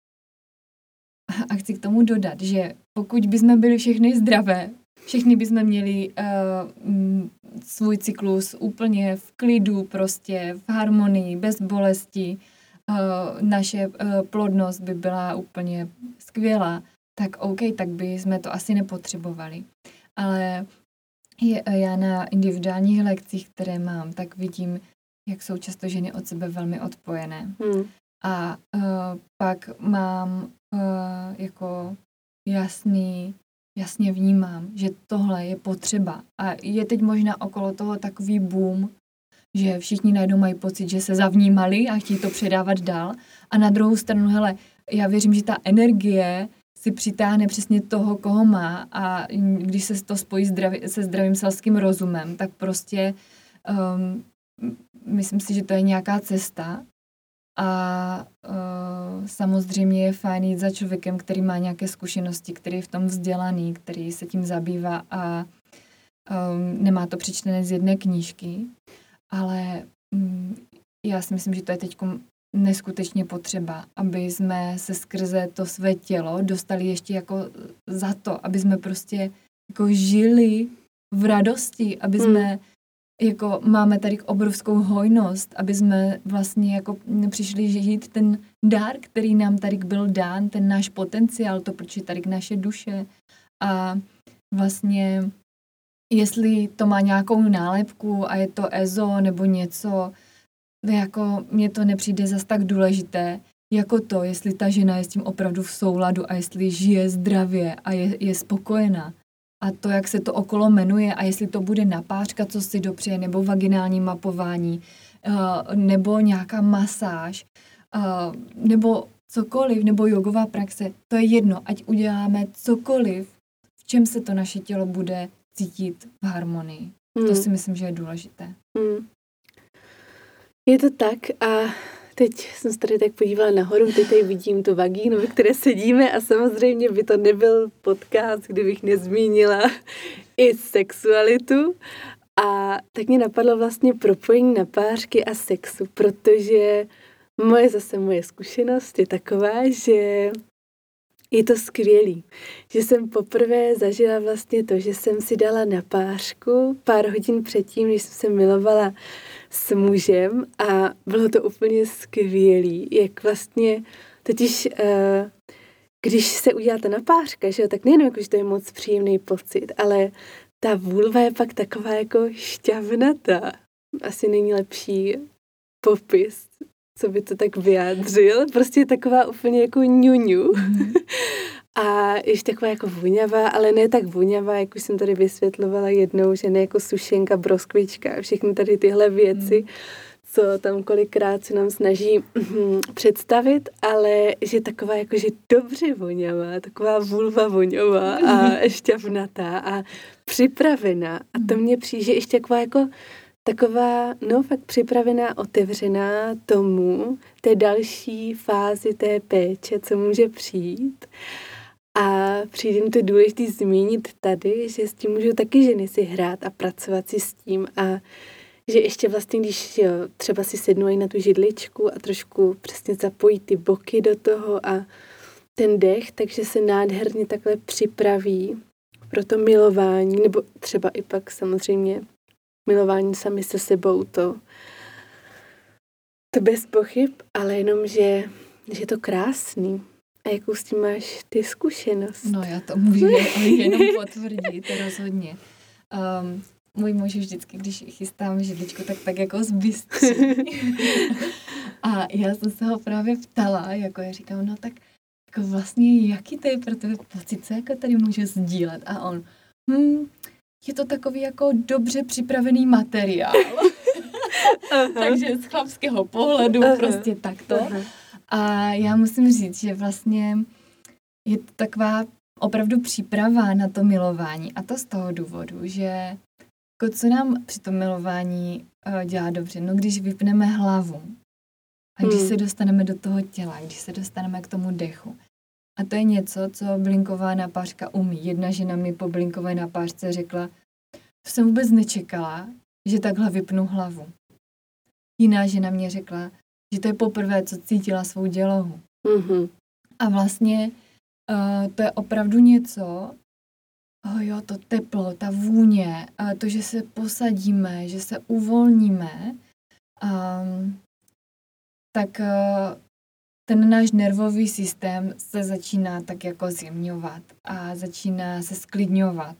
a chci k tomu dodat, že pokud bychom byli všechny zdravé, všichni bychom měli uh, m, svůj cyklus úplně v klidu, prostě v harmonii, bez bolesti, uh, naše uh, plodnost by byla úplně skvělá, tak OK, tak by jsme to asi nepotřebovali. Ale je, já na individuálních lekcích, které mám, tak vidím, jak jsou často ženy od sebe velmi odpojené. Hmm. A uh, pak mám uh, jako jasný, jasně vnímám, že tohle je potřeba. A je teď možná okolo toho takový boom, že všichni najednou mají pocit, že se zavnímali a chtějí to předávat dál. A na druhou stranu, hele, já věřím, že ta energie si přitáhne přesně toho, koho má a když se to spojí zdraví, se zdravým selským rozumem, tak prostě um, myslím si, že to je nějaká cesta. A uh, samozřejmě je fajn jít za člověkem, který má nějaké zkušenosti, který je v tom vzdělaný, který se tím zabývá a um, nemá to přečtené z jedné knížky. Ale um, já si myslím, že to je teď neskutečně potřeba, aby jsme se skrze to své tělo dostali ještě jako za to, aby jsme prostě jako žili v radosti, aby hmm. jsme jako máme tady obrovskou hojnost, aby jsme vlastně jako přišli žít ten dár, který nám tady byl dán, ten náš potenciál, to proč je tady naše duše. A vlastně, jestli to má nějakou nálepku a je to ezo nebo něco, jako mně to nepřijde zas tak důležité, jako to, jestli ta žena je s tím opravdu v souladu a jestli žije zdravě a je, je spokojená. A to, jak se to okolo jmenuje a jestli to bude napářka, co si dopřeje, nebo vaginální mapování, uh, nebo nějaká masáž, uh, nebo cokoliv, nebo jogová praxe, to je jedno, ať uděláme cokoliv, v čem se to naše tělo bude cítit v harmonii. Hmm. To si myslím, že je důležité. Hmm. Je to tak a teď jsem se tady tak podívala nahoru, teď tady vidím tu vagínu, ve které sedíme a samozřejmě by to nebyl podcast, kdybych nezmínila i sexualitu. A tak mě napadlo vlastně propojení napářky a sexu, protože moje zase moje zkušenost je taková, že je to skvělý, že jsem poprvé zažila vlastně to, že jsem si dala napářku pár hodin předtím, když jsem se milovala s mužem a bylo to úplně skvělý, jak vlastně, totiž když se udělá ta napářka, že jo, tak nejenom jako, že to je moc příjemný pocit, ale ta vulva je pak taková jako šťavnatá. Asi není lepší popis, co by to tak vyjádřil. Prostě je taková úplně jako ňuňu. Mm. A ještě taková jako vůňavá, ale ne tak vůňavá, jak už jsem tady vysvětlovala jednou, že ne jako sušenka, broskvička, všechny tady tyhle věci, mm. co tam kolikrát se nám snaží mm, představit, ale že taková jakože dobře voňavá, taková vulva voňavá a šťavnatá a připravená. A to mně přijde ještě taková jako taková, no fakt připravená, otevřená tomu, té další fázi té péče, co může přijít. A přijde mi to důležité zmínit tady, že s tím můžou taky ženy si hrát a pracovat si s tím a že ještě vlastně, když jo, třeba si sednou i na tu židličku a trošku přesně zapojí ty boky do toho a ten dech, takže se nádherně takhle připraví pro to milování, nebo třeba i pak samozřejmě milování sami se sebou, to, to bez pochyb, ale jenom, že, že je to krásný. A jakou s tím máš ty zkušenost? No já to můžu jenom potvrdit, rozhodně. Um, můj muž vždycky, když chystám židličku, tak tak jako zbystří. A já jsem se ho právě ptala, jako já říkám, no tak jako vlastně jaký to je pro tebe pocit, co jako tady můžu sdílet? A on, hm, je to takový jako dobře připravený materiál. Takže z chlapského pohledu uh-huh. prostě takto. Uh-huh. A já musím říct, že vlastně je to taková opravdu příprava na to milování. A to z toho důvodu, že jako co nám při tom milování uh, dělá dobře? No když vypneme hlavu a když hmm. se dostaneme do toho těla, když se dostaneme k tomu dechu. A to je něco, co blinková napářka umí. Jedna žena mi po blinkové napářce řekla, to jsem vůbec nečekala, že takhle vypnu hlavu. Jiná žena mě řekla, že to je poprvé, co cítila svou dělohu. Mm-hmm. A vlastně uh, to je opravdu něco, oh jo, to teplo, ta vůně, uh, to, že se posadíme, že se uvolníme, um, tak uh, ten náš nervový systém se začíná tak jako zjemňovat a začíná se sklidňovat.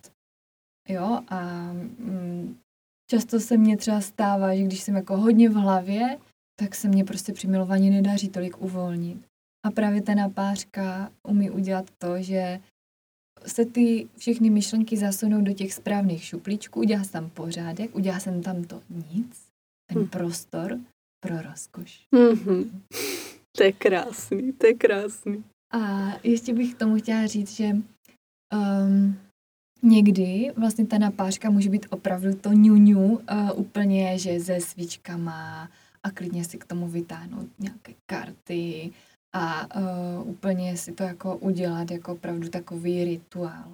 Jo, a mm, často se mně třeba stává, že když jsem jako hodně v hlavě, tak se mně prostě při milování nedaří tolik uvolnit. A právě ta napářka umí udělat to, že se ty všechny myšlenky zasunou do těch správných šuplíčků, udělá se tam pořádek, udělá se tam to nic, ten hmm. prostor pro rozkoš. Mm-hmm. To je krásný, to je krásný. A ještě bych k tomu chtěla říct, že um, někdy vlastně ta napářka může být opravdu to ňuňu, uh, úplně, že se svíčkama a klidně si k tomu vytáhnout nějaké karty a uh, úplně si to jako udělat jako opravdu takový rituál.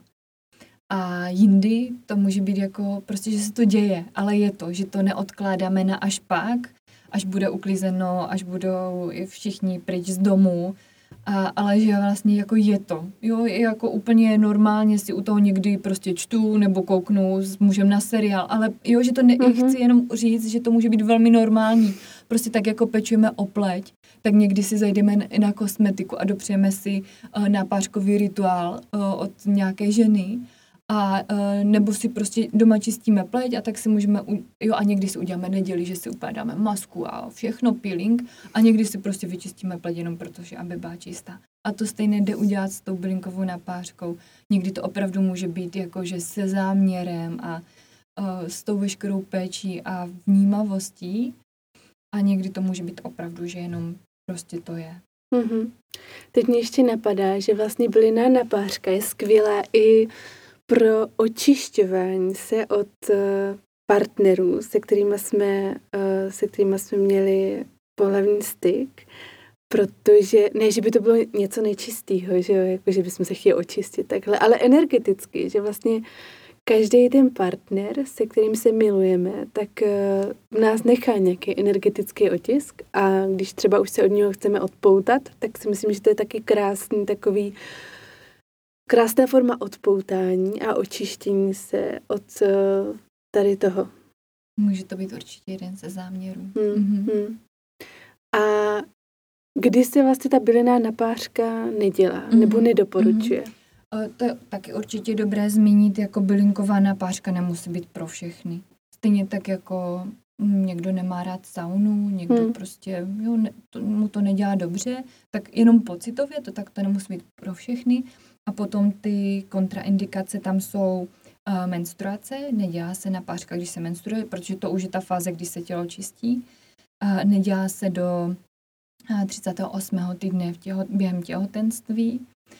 A jindy to může být jako prostě, že se to děje, ale je to, že to neodkládáme na až pak, až bude uklizeno, až budou všichni pryč z domu, a, ale že vlastně jako je to. Jo, je jako úplně normálně si u toho někdy prostě čtu nebo kouknu s mužem na seriál, ale jo, že to ne, mm-hmm. chci jenom říct, že to může být velmi normální. Prostě tak jako pečujeme o pleť, tak někdy si zajdeme na kosmetiku a dopřejeme si uh, napářkový rituál uh, od nějaké ženy. A uh, nebo si prostě doma čistíme pleť a tak si můžeme, u, jo a někdy si uděláme neděli, že si úplně dáme masku a všechno, peeling a někdy si prostě vyčistíme pleť jenom protože, aby byla čistá. A to stejně jde udělat s tou bylinkovou napářkou. Někdy to opravdu může být jako, že se záměrem a uh, s tou veškerou péčí a vnímavostí a někdy to může být opravdu, že jenom prostě to je. Mm-hmm. Teď mě ještě napadá, že vlastně bylinná napářka je skvělá i pro očišťování se od partnerů, se kterými jsme, se kterými jsme měli pohlavní styk, protože, ne, že by to bylo něco nečistého, že jo, jako, že bychom se chtěli očistit takhle, ale energeticky, že vlastně každý ten partner, se kterým se milujeme, tak v nás nechá nějaký energetický otisk a když třeba už se od něho chceme odpoutat, tak si myslím, že to je taky krásný takový, krásná forma odpoutání a očištění se od tady toho. Může to být určitě jeden ze záměrů. Hmm, mm-hmm. hmm. A kdy se vlastně ta bylinná napářka nedělá mm-hmm. nebo nedoporučuje? Mm-hmm. To je taky určitě dobré zmínit, jako bylinková napářka nemusí být pro všechny. Stejně tak jako někdo nemá rád saunu, někdo hmm. prostě jo, ne, to, mu to nedělá dobře, tak jenom pocitově, to tak to nemusí být pro všechny. A potom ty kontraindikace tam jsou uh, menstruace, nedělá se napářka, když se menstruuje, protože to už je ta fáze, kdy se tělo čistí. Uh, nedělá se do uh, třicátého osmého týdne v těho, během těhotenství.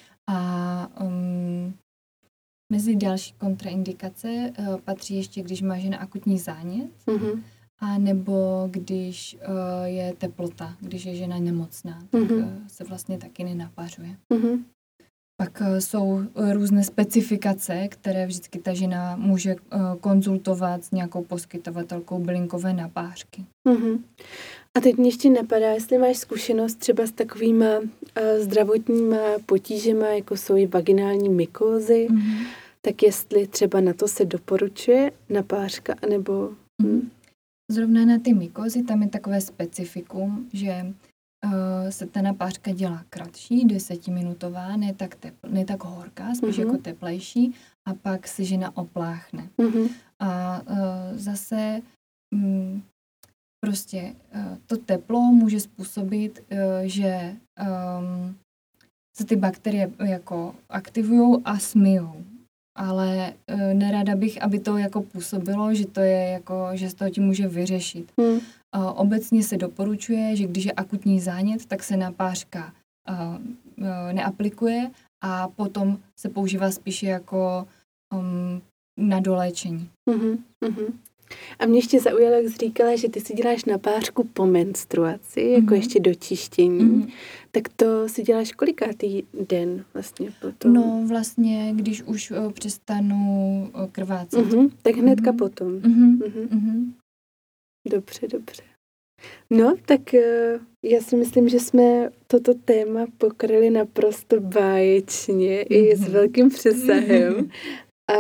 A um, mezi další kontraindikace uh, patří ještě, když má žena akutní zánět, mm-hmm. a nebo když uh, je teplota, když je žena nemocná, tak mm-hmm. uh, se vlastně taky nenapářuje. Mm-hmm. Pak uh, jsou různé specifikace, které vždycky ta žena může uh, konzultovat s nějakou poskytovatelkou bylinkové napářky. Mm-hmm. A teď mě ještě napadá, jestli máš zkušenost třeba s takovýma uh, zdravotníma potížema, jako jsou i vaginální mykózy, mm-hmm. tak jestli třeba na to se doporučuje napářka, nebo... Mm. Zrovna na ty mykózy tam je takové specifikum, že uh, se ta napářka dělá kratší, desetiminutová, ne tak, tepl, ne tak horká, spíš mm-hmm. jako teplejší, a pak se žena opláchne. Mm-hmm. A uh, zase... Um, Prostě uh, to teplo může způsobit, uh, že um, se ty bakterie jako aktivují a smijou. Ale uh, nerada bych, aby to jako působilo, že to je jako, že se to tím může vyřešit. Hmm. Uh, obecně se doporučuje, že když je akutní zánět, tak se napářka uh, uh, neaplikuje a potom se používá spíše jako um, na doléčení. Mm-hmm. Mm-hmm. A mě ještě zaujalo, jak jsi říkala, že ty si děláš napářku po menstruaci, jako mm-hmm. ještě dočištění. Mm-hmm. Tak to si děláš kolikátý den vlastně potom? No vlastně, když už uh, přestanu uh, krvácet. Mm-hmm. Tak hnedka mm-hmm. potom. Mm-hmm. Mm-hmm. Dobře, dobře. No, tak uh, já si myslím, že jsme toto téma pokryli naprosto báječně mm-hmm. i s velkým přesahem. A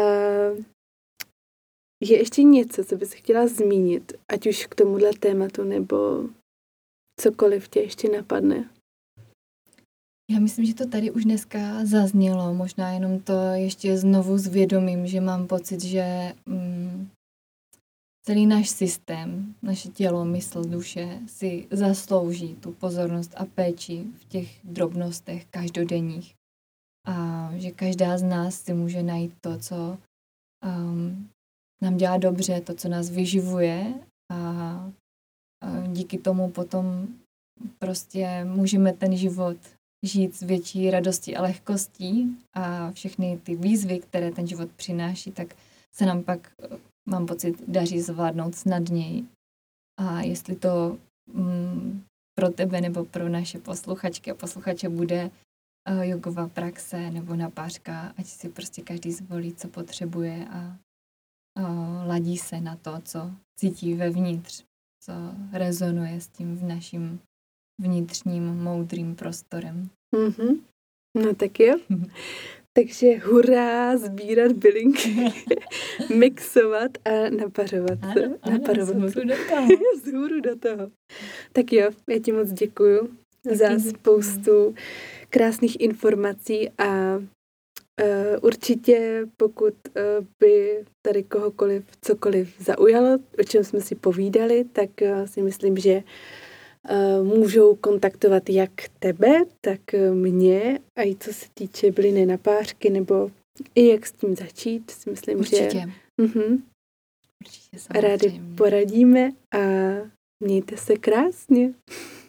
je ještě něco, co bys chtěla zmínit, ať už k tomuhle tématu, nebo cokoliv tě ještě napadne? Já myslím, že to tady už dneska zaznělo. Možná jenom to ještě znovu zvědomím, že mám pocit, že mm, celý náš systém, naše tělo, mysl, duše si zaslouží tu pozornost a péči v těch drobnostech každodenních. A že každá z nás si může najít to, co um, nám dělá dobře, to, co nás vyživuje, a, a díky tomu potom prostě můžeme ten život žít s větší radostí a lehkostí a všechny ty výzvy, které ten život přináší, tak se nám pak, mám pocit, daří zvládnout snadněji. A jestli to mm, pro tebe nebo pro naše posluchačky a posluchače bude uh, jogová praxe nebo napářka, ať si prostě každý zvolí, co potřebuje, a uh, ladí se na to, co cítí vevnitř, co rezonuje s tím v naším vnitřním moudrým prostorem. Mm-hmm. No tak jo. Takže hurá, sbírat bylinky, mixovat a napařovat se. Ano, ano, naparovat z hůru do toho. Z hůru do toho. Tak jo, já ti moc děkuju Taky za děkuju. spoustu krásných informací a uh, určitě, pokud uh, by tady kohokoliv cokoliv zaujalo, o čem jsme si povídali, tak uh, si myslím, že Uh, můžou kontaktovat jak tebe, tak mě, a i co se týče bylinné napářky, nebo i jak s tím začít, si myslím, Určitě. že uh-huh, Určitě rádi poradíme a mějte se krásně.